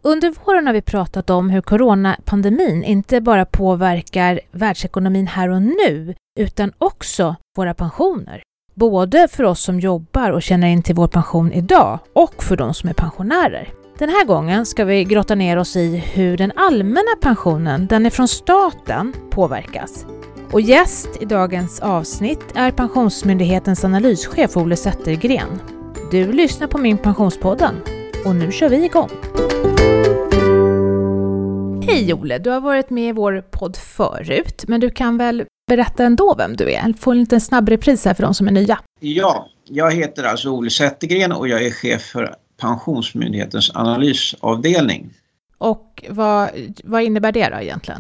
Under våren har vi pratat om hur coronapandemin inte bara påverkar världsekonomin här och nu utan också våra pensioner. Både för oss som jobbar och känner in till vår pension idag och för de som är pensionärer. Den här gången ska vi grotta ner oss i hur den allmänna pensionen, den är från staten, påverkas. Och gäst i dagens avsnitt är Pensionsmyndighetens analyschef Olle Zettergren. Du lyssnar på Min Pensionspodden och nu kör vi igång. Hej Olle, du har varit med i vår podd förut, men du kan väl berätta ändå vem du är? Få en liten snabb repris här för de som är nya. Ja, jag heter alltså Olle Zettergren och jag är chef för Pensionsmyndighetens analysavdelning. Och vad innebär det då egentligen?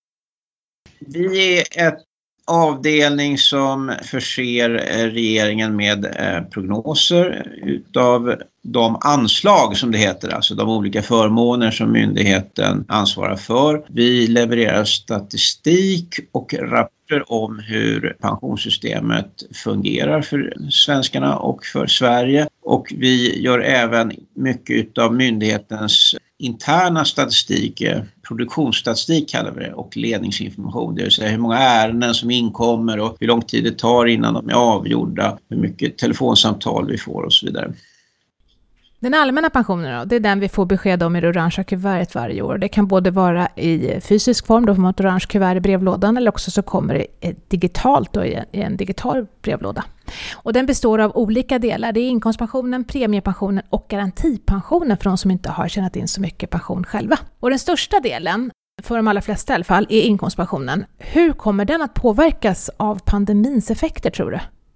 Vi är ett avdelning som förser regeringen med prognoser utav de anslag som det heter, alltså de olika förmåner som myndigheten ansvarar för. Vi levererar statistik och rapporter om hur pensionssystemet fungerar för svenskarna och för Sverige. Och vi gör även mycket utav myndighetens interna statistik, produktionsstatistik kallar vi det, och ledningsinformation. Det vill säga hur många ärenden som inkommer och hur lång tid det tar innan de är avgjorda, hur mycket telefonsamtal vi får och så vidare. Den allmänna pensionen då, det är den vi får besked om i det orangea kuvertet varje år. Det kan både vara i fysisk form, då får man ett orange kuvert i brevlådan, eller också så kommer det digitalt då, i en digital brevlåda. Och den består av olika delar. Det är inkomstpensionen, premiepensionen och garantipensionen för de som inte har tjänat in så mycket pension själva. Och den största delen, för de allra flesta i alla fall, är inkomstpensionen. Hur kommer den att påverkas av pandemins effekter tror du?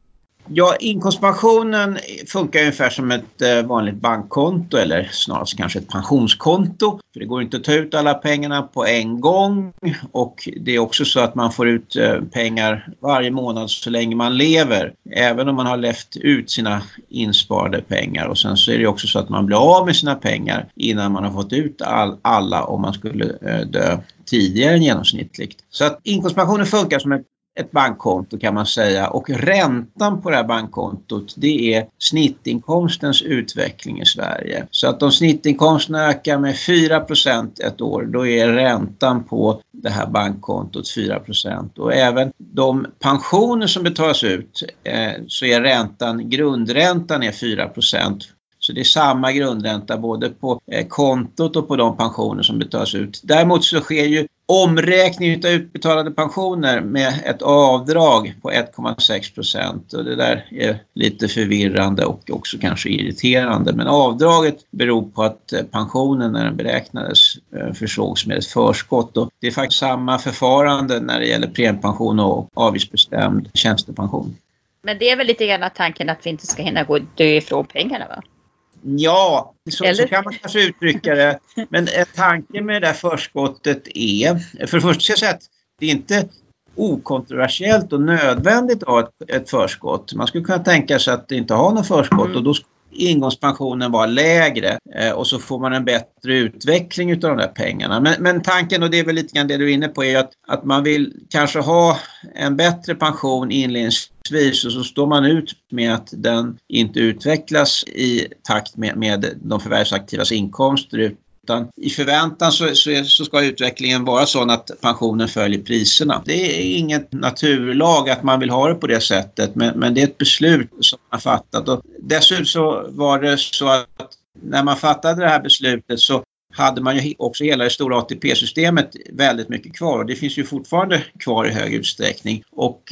Ja, inkomstpensionen funkar ungefär som ett vanligt bankkonto eller snarast kanske ett pensionskonto. För det går inte att ta ut alla pengarna på en gång och det är också så att man får ut pengar varje månad så länge man lever. Även om man har levt ut sina insparade pengar, och sen så är det också så att man blir av med sina pengar innan man har fått ut alla om man skulle dö tidigare än genomsnittligt. Så att inkomstpensionen funkar som ett bankkonto kan man säga, och räntan på det här bankkontot det är snittinkomstens utveckling i Sverige. Så att om snittinkomsten ökar med 4% ett år, då är räntan på det här bankkontot 4%. Och även de pensioner som betalas ut så är grundräntan är 4%. Så det är samma grundränta både på kontot och på de pensioner som betalas ut. Däremot så sker ju omräkning av utbetalade pensioner med ett avdrag på 1,6%. Och det där är lite förvirrande och också kanske irriterande. Men avdraget beror på att pensionen när den beräknades försågs med ett förskott. Och det är faktiskt samma förfarande när det gäller premiepension och avgiftsbestämd tjänstepension. Men det är väl lite grann tanken att vi inte ska hinna dö ifrån pengarna, va? Ja, så kan man kanske uttrycka det. Men tanken med det där förskottet är, för det första ska jag säga att det är inte okontroversiellt och nödvändigt att ha ett förskott. Man skulle kunna tänka sig att inte ha något förskott och då ska ingångspensionen vara lägre och så får man en bättre utveckling utav de där pengarna. Men tanken, och det är väl lite grann det du är inne på, är att man vill kanske ha en bättre pension inledningsvis och så står man ut med att den inte utvecklas i takt med de förvärvsaktivas inkomster, utan i förväntan så ska utvecklingen vara sån att pensionen följer priserna. Det är inget naturlag att man vill ha det på det sättet, men det är ett beslut som man har fattat. Och dessutom så var det så att när man fattade det här beslutet så hade man ju också hela det stora ATP-systemet väldigt mycket kvar. Och det finns ju fortfarande kvar i hög utsträckning. Och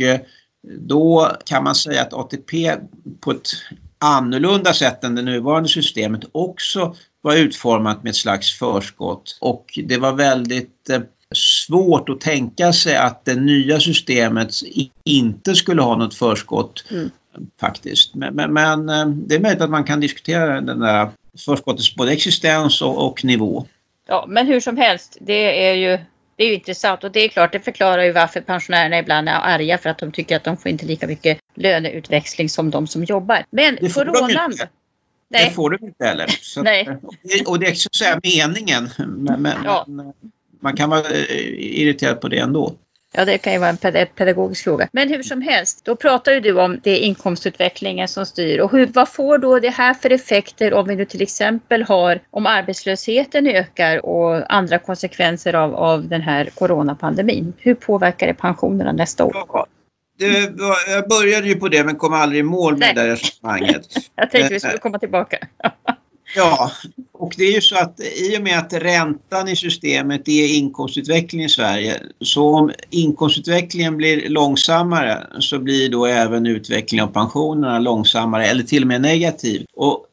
då kan man säga att ATP på ett annorlunda sätt än det nuvarande systemet också var utformat med ett slags förskott. Och det var väldigt svårt att tänka sig att det nya systemet inte skulle ha något förskott faktiskt. Men det är möjligt att man kan diskutera den där förskottets både existens och nivå. Ja, men hur som helst, det är ju intressant och det är klart, det förklarar ju varför pensionärerna ibland är arga för att de tycker att de får inte lika mycket löneutväxling som de som jobbar. Men det får coronan... Det får du inte heller. Så, nej. Och det är så att säga meningen. Men man kan vara irriterad på det ändå. Ja, det kan ju vara en pedagogisk fråga. Men hur som helst, då pratar ju du om det inkomstutvecklingen som styr. Och vad får då det här för effekter om vi nu till exempel har, om arbetslösheten ökar och andra konsekvenser av den här coronapandemin? Hur påverkar det pensionerna nästa år? Ja, jag började ju på det men kom aldrig i mål med det resonemanget. Jag tänkte vi skulle komma tillbaka. Ja, och det är ju så att i och med att räntan i systemet är inkomstutveckling i Sverige, så om inkomstutvecklingen blir långsammare så blir då även utvecklingen av pensionerna långsammare eller till och med negativ. Och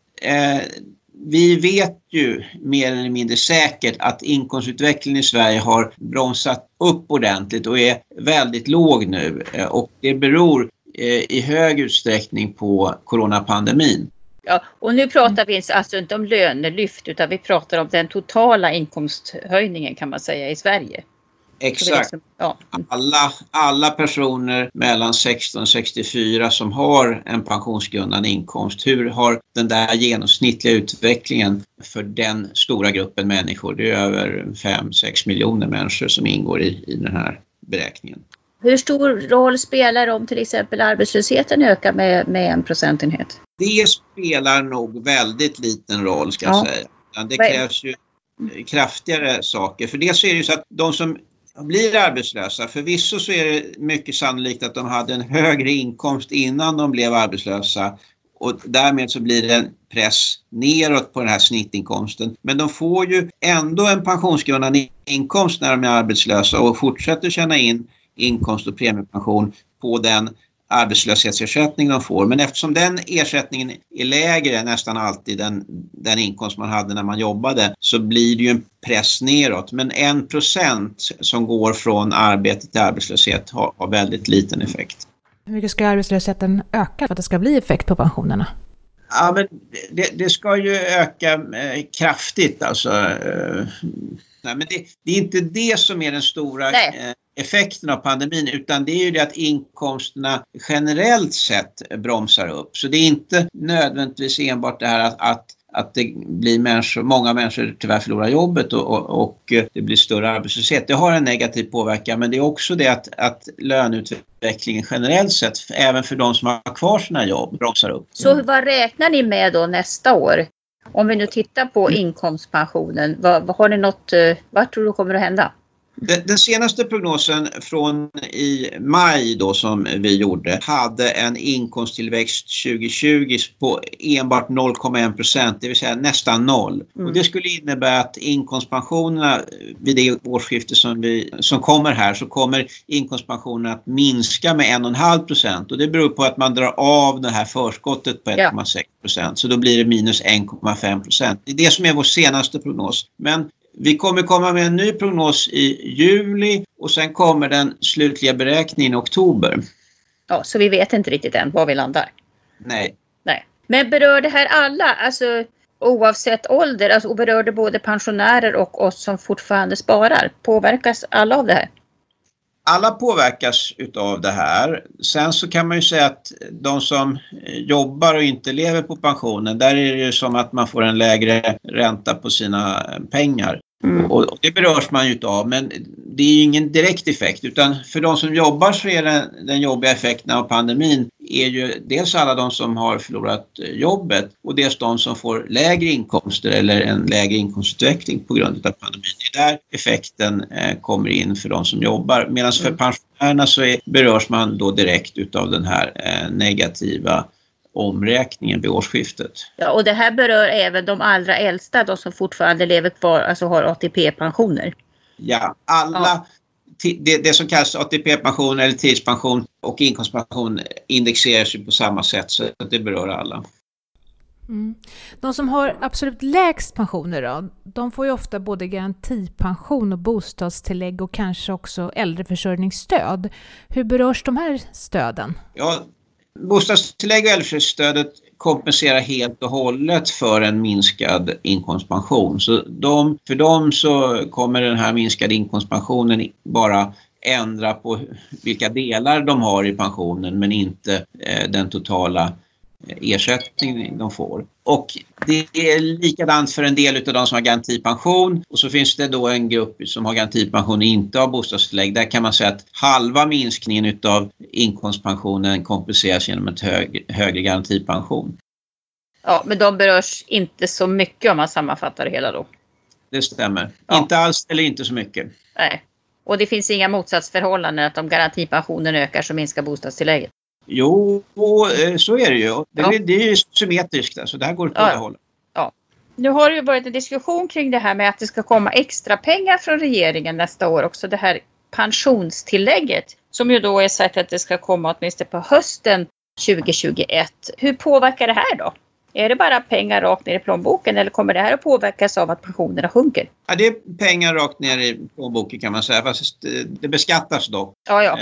vi vet ju mer eller mindre säkert att inkomstutvecklingen i Sverige har bromsat upp ordentligt och är väldigt låg nu. Och det beror i hög utsträckning på coronapandemin. Ja, och nu pratar vi alltså inte om lönelyft utan vi pratar om den totala inkomsthöjningen kan man säga i Sverige. Exakt. Ja. Alla personer mellan 16 och 64 som har en pensionsgrundande inkomst, hur har den där genomsnittliga utvecklingen för den stora gruppen människor? Det är över 5-6 miljoner människor som ingår i den här beräkningen. Hur stor roll spelar om till exempel arbetslösheten ökar med 1 procentenhet? Det spelar nog väldigt liten roll ska jag säga. Det krävs ju kraftigare saker. För det så är det ju så att de som blir arbetslösa, förvisso så är det mycket sannolikt att de hade en högre inkomst innan de blev arbetslösa. Och därmed så blir det en press neråt på den här snittinkomsten. Men de får ju ändå en pensionsgrundande inkomst när de är arbetslösa och fortsätter tjäna in inkomst och premiepension på den arbetslöshetsersättning de får. Men eftersom den ersättningen är lägre nästan alltid den inkomst man hade när man jobbade, så blir det ju en press neråt. Men 1% som går från arbete till arbetslöshet har väldigt liten effekt. Hur mycket ska arbetslösheten öka för att det ska bli effekt på pensionerna? Ja, men det ska ju öka kraftigt alltså. Nej, men det är inte det som är den stora effekten av pandemin, utan det är ju det att inkomsterna generellt sett bromsar upp. Så det är inte nödvändigtvis enbart det här att det blir många människor tyvärr förlorar jobbet och det blir större arbetslöshet. Det har en negativ påverkan, men det är också det att löneutvecklingen generellt sett, även för de som har kvar sina jobb, bromsar upp. Så vad räknar ni med då nästa år? Om vi nu tittar på inkomstpensionen, har ni vad tror du kommer att hända? Den senaste prognosen från i maj då som vi gjorde hade en inkomsttillväxt 2020 på enbart 0,1%, det vill säga nästan 0. Och det skulle innebära att inkomstpensionerna vid det årsskifte som kommer här, så kommer inkomstpensionerna att minska med 1,5%. Och det beror på att man drar av det här förskottet på 1,6%. Så då blir det minus 1,5%. Det är det som är vår senaste prognos. Men vi kommer komma med en ny prognos i juli och sen kommer den slutliga beräkningen i oktober. Ja, så vi vet inte riktigt än var vi landar. Nej. Men berör det här alla, alltså oavsett ålder, alltså, och berör det både pensionärer och oss som fortfarande sparar? Påverkas alla av det här? Alla påverkas utav det här. Sen så kan man ju säga att de som jobbar och inte lever på pensionen, där är det ju som att man får en lägre ränta på sina pengar. Och det berörs man ju utav, men det är ju ingen direkt effekt, utan för de som jobbar så är den jobbiga effekten av pandemin är ju dels alla de som har förlorat jobbet och dels de som får lägre inkomster eller en lägre inkomstutveckling på grund av pandemin. Det är där effekten kommer in för de som jobbar, medan för pensionärerna så berörs man då direkt utav den här negativa omräkningen vid årsskiftet. Ja, och det här berör även de allra äldsta, de som fortfarande lever kvar, alltså har ATP-pensioner. Ja, alla, det som kallas ATP-pension eller tidspension och inkomstpension indexeras ju på samma sätt, så att det berör alla. De som har absolut lägst pensioner då, de får ju ofta både garantipension och bostadstillägg och kanske också äldreförsörjningsstöd. Hur berörs de här stöden? Ja, bostadstillägg och äldreförsörjningsstödet kompenserar helt och hållet för en minskad inkomstpension. Så för dem så kommer den här minskade inkomstpensionen bara ändra på vilka delar de har i pensionen, men inte den totala ersättning de får. Och det är likadant för en del av de som har garantipension. Och så finns det då en grupp som har garantipension och inte har bostadstillägg. Där kan man säga att halva minskningen av inkomstpensionen kompenseras genom ett högre garantipension. Ja, men de berörs inte så mycket om man sammanfattar det hela då. Det stämmer. Ja. Inte alls eller inte så mycket. Nej. Och det finns inga motsatsförhållanden att om garantipensionen ökar så minskar bostadstillägget? Jo, så är det ju. Det är ju symmetriskt, så det här går på det hållet. Ja. Nu har det ju varit en diskussion kring det här med att det ska komma extra pengar från regeringen nästa år också. Det här pensionstillägget som ju då är sagt att det ska komma åtminstone på hösten 2021. Hur påverkar det här då? Är det bara pengar rakt ner i plånboken eller kommer det här att påverkas av att pensionerna sjunker? Ja, det är pengar rakt ner i plånboken kan man säga, fast det beskattas dock. Ja.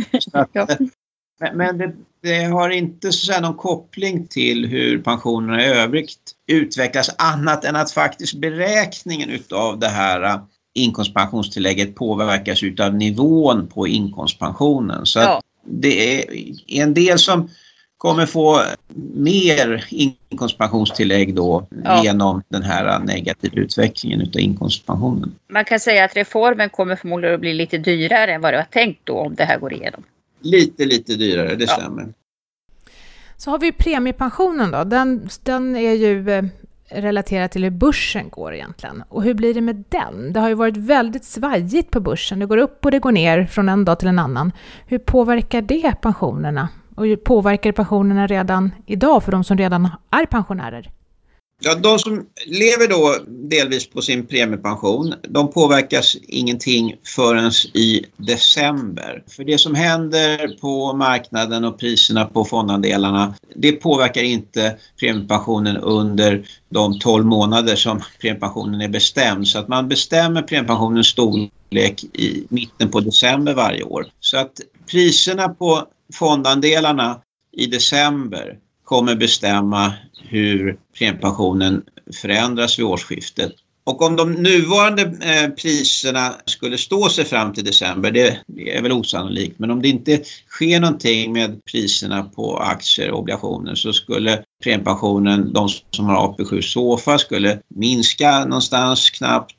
Men det har inte så att säga någon koppling till hur pensionerna i övrigt utvecklas annat än att faktiskt beräkningen utav det här inkomstpensionstillägget påverkas utav nivån på inkomstpensionen. Så att det är en del som kommer få mer inkomstpensionstillägg då genom den här negativa utvecklingen utav inkomstpensionen. Man kan säga att reformen kommer förmodligen att bli lite dyrare än vad det var tänkt då om det här går igenom. Lite dyrare, det stämmer. Så har vi premiepensionen då. Den är ju relaterad till hur börsen går egentligen. Och hur blir det med den? Det har ju varit väldigt svajigt på börsen. Det går upp och det går ner från en dag till en annan. Hur påverkar det pensionerna? Och hur påverkar pensionerna redan idag för de som redan är pensionärer? Ja, de som lever då delvis på sin premiepension, de påverkas ingenting förrän i december. För det som händer på marknaden och priserna på fondandelarna, det påverkar inte premiepensionen under de 12 månader som premiepensionen är bestämd. Så att man bestämmer premiepensionens storlek i mitten på december varje år. Så att priserna på fondandelarna i december kommer bestämma hur premiepensionen förändras vid årsskiftet. Och om de nuvarande priserna skulle stå sig fram till december, det är väl osannolikt. Men om det inte sker någonting med priserna på aktier och obligationer så skulle premiepensionen, de som har AP7 SOFA, skulle minska någonstans knappt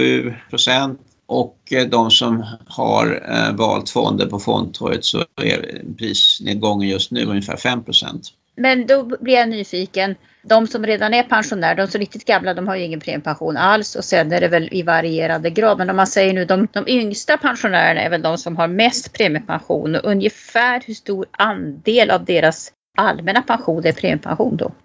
7%. Och de som har valt fonder på fondtorget så är prisnedgången just nu ungefär 5%. Men då blir jag nyfiken. De som redan är pensionärer, de som är riktigt gamla, de har ju ingen premiepension alls. Och sen är det väl i varierande grad. Men om man säger nu, de yngsta pensionärerna är väl de som har mest premiepension. Och ungefär hur stor andel av deras allmänna pension är premiepension då?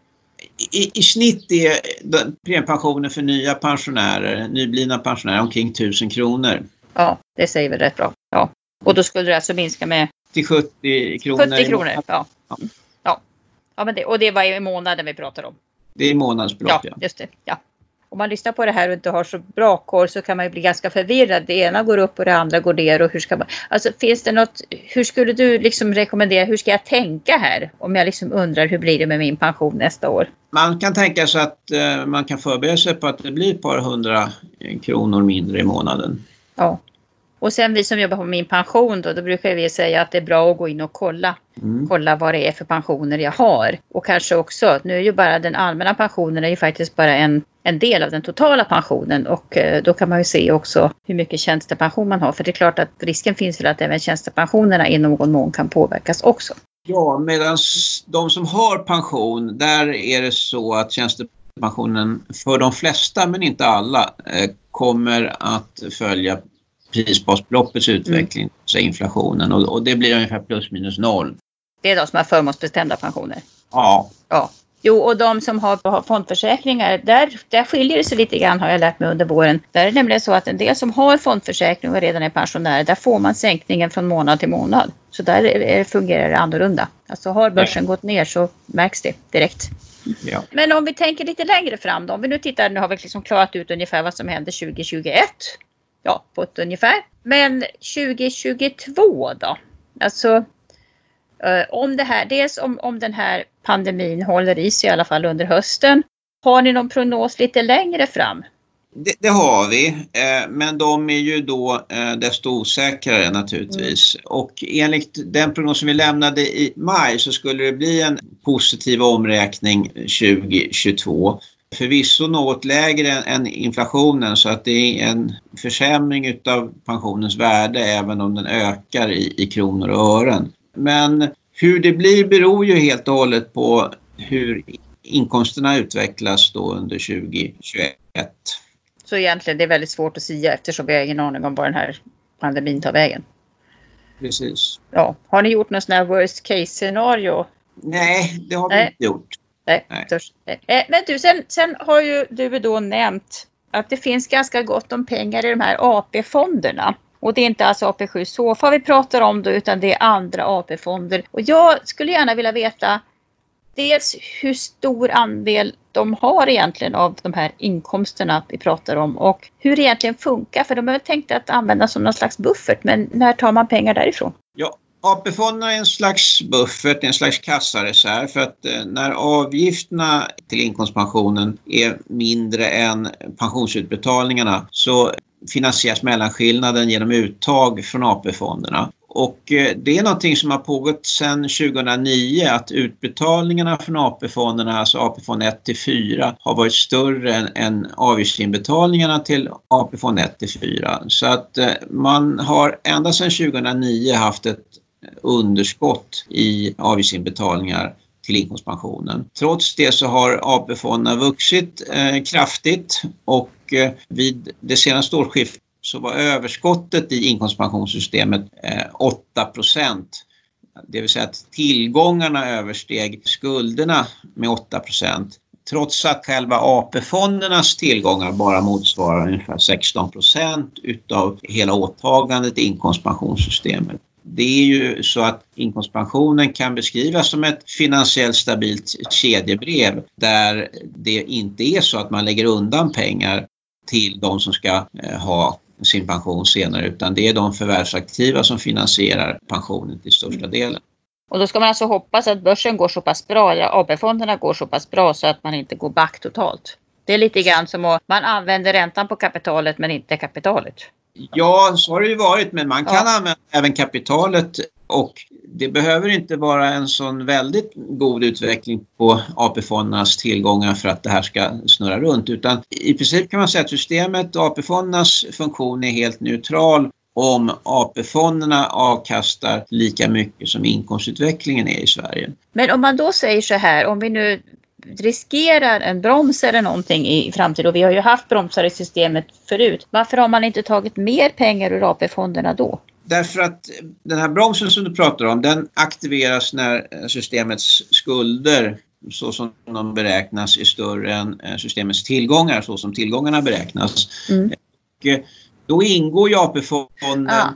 I snitt är premiepensionen för nya pensionärer, nyblivna pensionärer, omkring 1000 kronor. Ja, det säger väl rätt bra. Ja. Och då skulle det alltså minska med? Till 70 kronor. 70 kronor, ja. Ja, men det var i månaden vi pratar om. Det är månadsbelopp, ja. Just det, ja. Om man lyssnar på det här och inte har så bra koll så kan man ju bli ganska förvirrad. Det ena går upp och det andra går ner. Och hur ska man... Alltså finns det något... Hur skulle du liksom rekommendera... Hur ska jag tänka här? Om jag liksom undrar hur blir det med min pension nästa år? Man kan tänka sig att man kan förbereda sig på att det blir ett par 100 kronor mindre i månaden. Ja. Och sen vi som jobbar på min pension då brukar vi säga att det är bra att gå in och kolla. Kolla vad det är för pensioner jag har. Och kanske också, nu är ju bara den allmänna pensionen är ju faktiskt bara en del av den totala pensionen. Och då kan man ju se också hur mycket tjänstepension man har. För det är klart att risken finns väl att även tjänstepensionerna i någon mån kan påverkas också. Ja, medan de som har pension, där är det så att tjänstepensionen för de flesta men inte alla kommer att följa prisbasbeloppets utveckling, så inflationen, och det blir ungefär plus minus noll. Det är de som har förmånsbestämda pensioner? Ja. Jo, och de som har fondförsäkringar, där skiljer det sig lite grann har jag lärt mig under våren. Där är det nämligen så att en del som har fondförsäkring och redan är pensionärer, där får man sänkningen från månad till månad. Så där fungerar det annorlunda. Alltså har börsen gått ner så märks det direkt. Ja. Men om vi tänker lite längre fram då, om vi nu tittar, nu har vi liksom klarat ut ungefär vad som händer 2021. Ja, på ett ungefär. Men 2022 då? Alltså om det här, dels om den här pandemin håller i sig i alla fall under hösten. Har ni någon prognos lite längre fram? Det har vi, men de är ju då desto osäkrare naturligtvis. Och enligt den prognos som vi lämnade i maj så skulle det bli en positiv omräkning 2022. Förvisso något lägre än inflationen, så att det är en försämring utav pensionens värde även om den ökar i kronor och ören. Men hur det blir beror ju helt och hållet på hur inkomsterna utvecklas då under 2021. Så egentligen det är väldigt svårt att säga eftersom vi har ingen aning om vad den här pandemin tar vägen. Precis. Ja. Har ni gjort något sån här worst case scenario? Nej, det har vi inte gjort. Nej. Men du, sen har ju du då nämnt att det finns ganska gott om pengar i de här AP-fonderna. Och det är inte alltså AP7 SOFA vi pratar om då, utan det är andra AP-fonder. Och jag skulle gärna vilja veta dels hur stor andel de har egentligen av de här inkomsterna vi pratar om. Och hur det egentligen funkar, för de har tänkt att använda som någon slags buffert. Men när tar man pengar därifrån? Ja. AP-fonderna är en slags buffert, en slags kassareserv, för att när avgifterna till inkomstpensionen är mindre än pensionsutbetalningarna så finansieras mellanskillnaden genom uttag från AP-fonderna. Och det är någonting som har pågått sedan 2009, att utbetalningarna från AP-fonderna, alltså AP-fond 1-4, har varit större än avgiftsinbetalningarna till AP-fond 1-4. Så att man har ända sedan 2009 haft ett underskott i avgiftsinbetalningar till inkomstpensionen. Trots det så har AP-fonderna vuxit kraftigt, och vid det senaste årsskiftet så var överskottet i inkomstpensionssystemet 8%. Det vill säga att tillgångarna översteg skulderna med 8%. Trots att själva AP-fondernas tillgångar bara motsvarar ungefär 16% utav hela åtagandet i inkomstpensionssystemet. Det är ju så att inkomstpensionen kan beskrivas som ett finansiellt stabilt kedjebrev där det inte är så att man lägger undan pengar till de som ska ha sin pension senare, utan det är de förvärvsaktiva som finansierar pensionen till största delen. Och då ska man alltså hoppas att börsen går så pass bra, ja, AP-fonderna går så pass bra så att man inte går back totalt. Det är lite grann som att man använder räntan på kapitalet men inte kapitalet. Ja, så har det ju varit, men man kan använda även kapitalet, och det behöver inte vara en sån väldigt god utveckling på AP-fondernas tillgångar för att det här ska snurra runt, utan i princip kan man säga att systemet och AP-fondernas funktion är helt neutral om AP-fonderna avkastar lika mycket som inkomstutvecklingen är i Sverige. Men om man då säger så här, om vi nu riskerar en broms eller någonting i framtiden, och vi har ju haft bromsar i systemet förut, varför har man inte tagit mer pengar ur AP-fonderna då? Därför att den här bromsen som du pratar om, den aktiveras när systemets skulder, så som de beräknas, är större än systemets tillgångar, så som tillgångarna beräknas. Och då ingår ju AP-fonden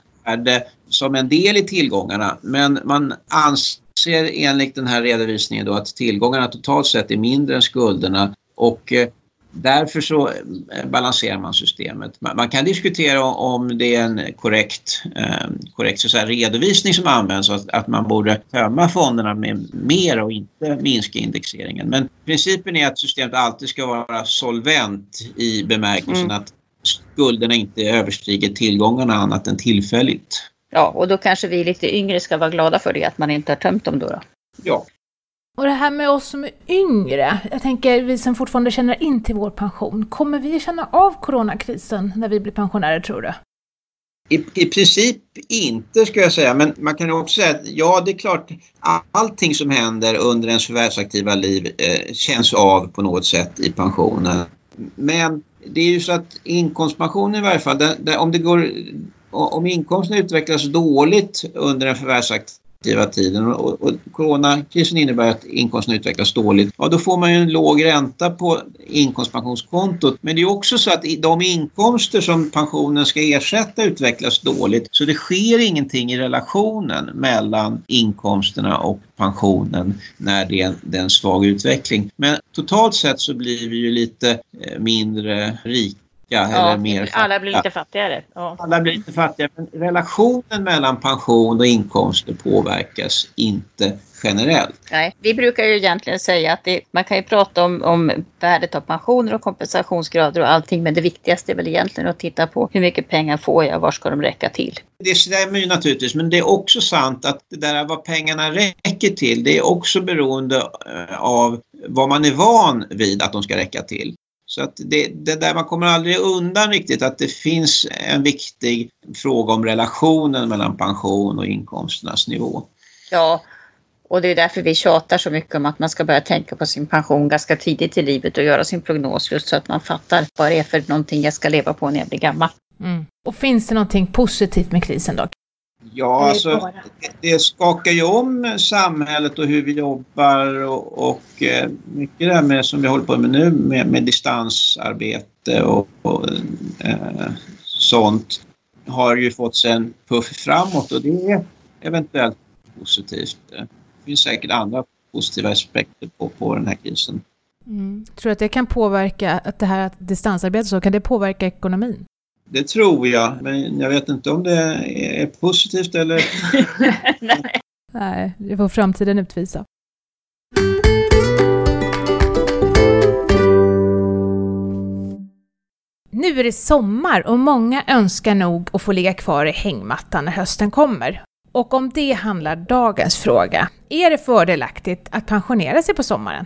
som en del i tillgångarna, men man anser enligt den här redovisningen då att tillgångarna totalt sett är mindre än skulderna, och därför så balanserar man systemet. Man kan diskutera om det är en korrekt så att säga, redovisning som används, att man borde tömma fonderna med mer och inte minska indexeringen. Men principen är att systemet alltid ska vara solvent i bemärkelsen att skulderna inte överstiger tillgångarna annat än tillfälligt. Ja, och då kanske vi lite yngre ska vara glada för det, att man inte har tömt dem då. Ja. Och det här med oss som är yngre, jag tänker vi som fortfarande känner in till vår pension, kommer vi känna av coronakrisen när vi blir pensionärer, tror du? I princip inte, ska jag säga, men man kan ju också säga att ja, det är klart, allting som händer under ens förvärvsaktiva liv känns av på något sätt i pensionen. Men det är ju så att inkomstpensionen i varje fall, om inkomsten utvecklas dåligt under en förvärvsaktiva tiden, och coronakrisen innebär att inkomsten utvecklas dåligt, ja, då får man ju en låg ränta på inkomstpensionskontot. Men det är också så att de inkomster som pensionen ska ersätta utvecklas dåligt, så det sker ingenting i relationen mellan inkomsterna och pensionen när det är en svag utveckling. Men totalt sett så blir vi ju lite mindre rika eller mer fattiga. Alla blir lite fattigare. Ja. Alla blir lite fattiga, men relationen mellan pension och inkomster påverkas inte generellt. Nej, vi brukar ju egentligen säga att man kan ju prata om värdet av pensioner och kompensationsgrader och allting, men det viktigaste är väl egentligen att titta på hur mycket pengar får jag, var ska de räcka till? Det stämmer ju naturligtvis, men det är också sant att det där vad pengarna räcker till, det är också beroende av vad man är van vid att de ska räcka till. Så att det där man kommer aldrig undan riktigt att det finns en viktig fråga om relationen mellan pension och inkomsternas nivå. Ja, och det är därför vi tjatar så mycket om att man ska börja tänka på sin pension ganska tidigt i livet och göra sin prognos just så att man fattar vad det är för någonting jag ska leva på när jag blir gammal. Mm. Och finns det någonting positivt med krisen då? Ja, alltså det skakar ju om samhället och hur vi jobbar och mycket det med som vi håller på med nu med distansarbete och sånt har ju fått sig en puff framåt och det är eventuellt positivt. Det finns säkert andra positiva aspekter på den här krisen. Mm. Tror du att det kan påverka att det här distansarbete så kan det påverka ekonomin? Det tror jag, men jag vet inte om det är positivt eller... Nej, det får framtiden utvisa. Nu är det sommar och många önskar nog att få ligga kvar i hängmattan när hösten kommer. Och om det handlar dagens fråga. Är det fördelaktigt att pensionera sig på sommaren?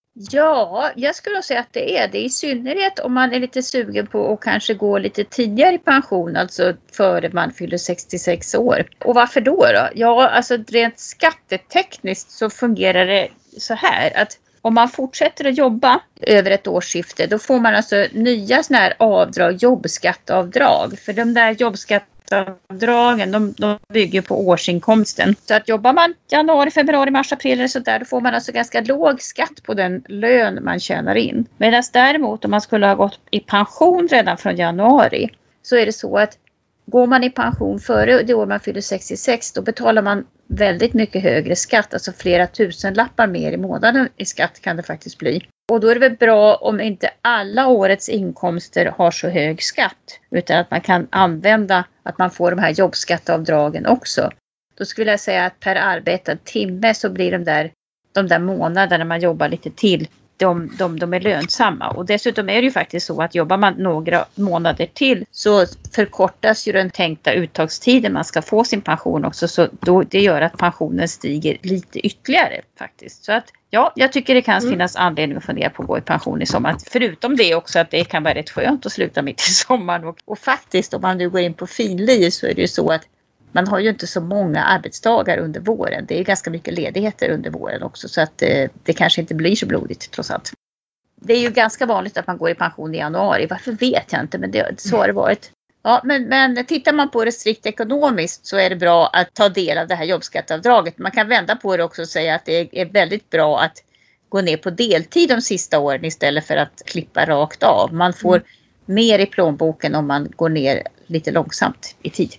Ja, jag skulle säga att det är det. I synnerhet om man är lite sugen på att kanske gå lite tidigare i pension, alltså före man fyller 66 år. Och varför då? Ja, alltså rent skattetekniskt så fungerar det så här att om man fortsätter att jobba över ett årsskifte då får man alltså nya såna här avdrag, jobbskatteavdrag. För de där jobbskatteavdragen de bygger på årsinkomsten. Så att jobbar man januari, februari, mars, april eller sådär då får man alltså ganska låg skatt på den lön man tjänar in. Medan däremot om man skulle ha gått i pension redan från januari så är det så att går man i pension före det år man fyller 66 då betalar man väldigt mycket högre skatt, alltså flera tusenlappar mer i månaden i skatt kan det faktiskt bli. Och då är det väl bra om inte alla årets inkomster har så hög skatt utan att man kan använda att man får de här jobbskatteavdragen också. Då skulle jag säga att per arbetad timme så blir de där månaderna man jobbar lite till de är lönsamma. Och dessutom är det ju faktiskt så att jobbar man några månader till så förkortas ju den tänkta uttagstiden man ska få sin pension också. Så det gör att pensionen stiger lite ytterligare faktiskt. Så att ja, jag tycker det kan finnas anledning att fundera på att gå i pension i sommar. Förutom det också att det kan vara rätt skönt att sluta mitt i sommaren. Och faktiskt om man nu går in på finlir så är det ju så att man har ju inte så många arbetsdagar under våren. Det är ganska mycket ledigheter under våren också. Så att det kanske inte blir så blodigt trots allt. Det är ju ganska vanligt att man går i pension i januari. Varför vet jag inte, men så har det varit. Ja, men tittar man på det strikt ekonomiskt så är det bra att ta del av det här jobbskatteavdraget. Man kan vända på det också och säga att det är väldigt bra att gå ner på deltid de sista åren istället för att klippa rakt av. Man får mer i plånboken om man går ner lite långsamt i tid.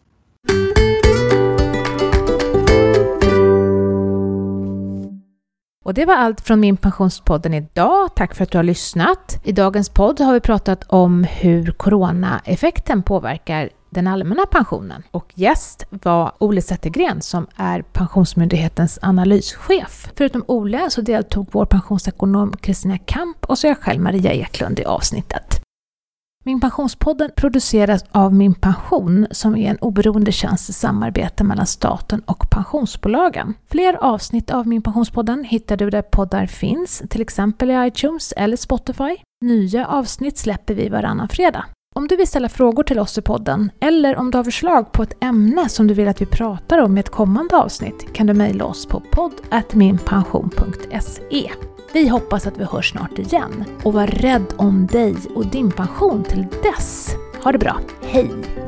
Och det var allt från Min pensionspodden idag. Tack för att du har lyssnat. I dagens podd har vi pratat om hur coronaeffekten påverkar den allmänna pensionen. Och gäst var Ole Zettergren som är Pensionsmyndighetens analyschef. Förutom Ole så deltog vår pensionsekonom Kristina Kamp och så jag själv Maria Eklund i avsnittet. Min pensionspodden produceras av Min pension som är en oberoende tjänst i samarbete mellan staten och pensionsbolagen. Fler avsnitt av Min pensionspodden hittar du där poddar finns, till exempel i iTunes eller Spotify. Nya avsnitt släpper vi varannan fredag. Om du vill ställa frågor till oss i podden eller om du har förslag på ett ämne som du vill att vi pratar om i ett kommande avsnitt kan du mejla oss på podd@minpension.se. Vi hoppas att vi hörs snart igen och var rädd om dig och din pension till dess. Ha det bra. Hej!